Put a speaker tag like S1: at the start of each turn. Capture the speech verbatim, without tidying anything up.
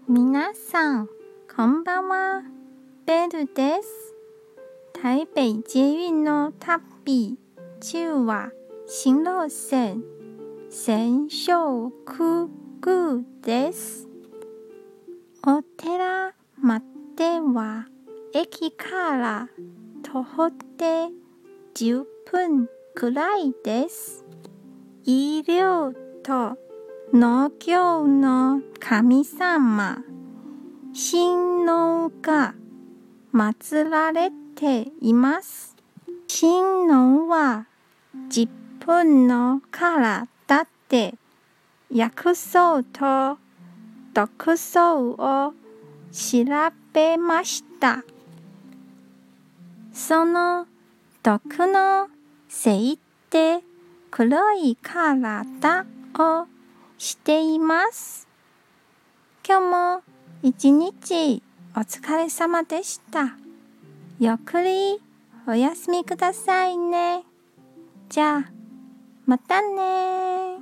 S1: 皆さん、こんばんは。ベルです。台北捷運の旅中は新路線千勝区区です。お寺までは駅から徒歩でじゅっぷんくらいです。医療と農業の神様、神農が祀られています。神農は自分の体で薬草と毒草を調べました。その毒のせいで黒い体をしています。今日も一日お疲れ様でした。ゆっくりお休みくださいね。じゃあ、またね。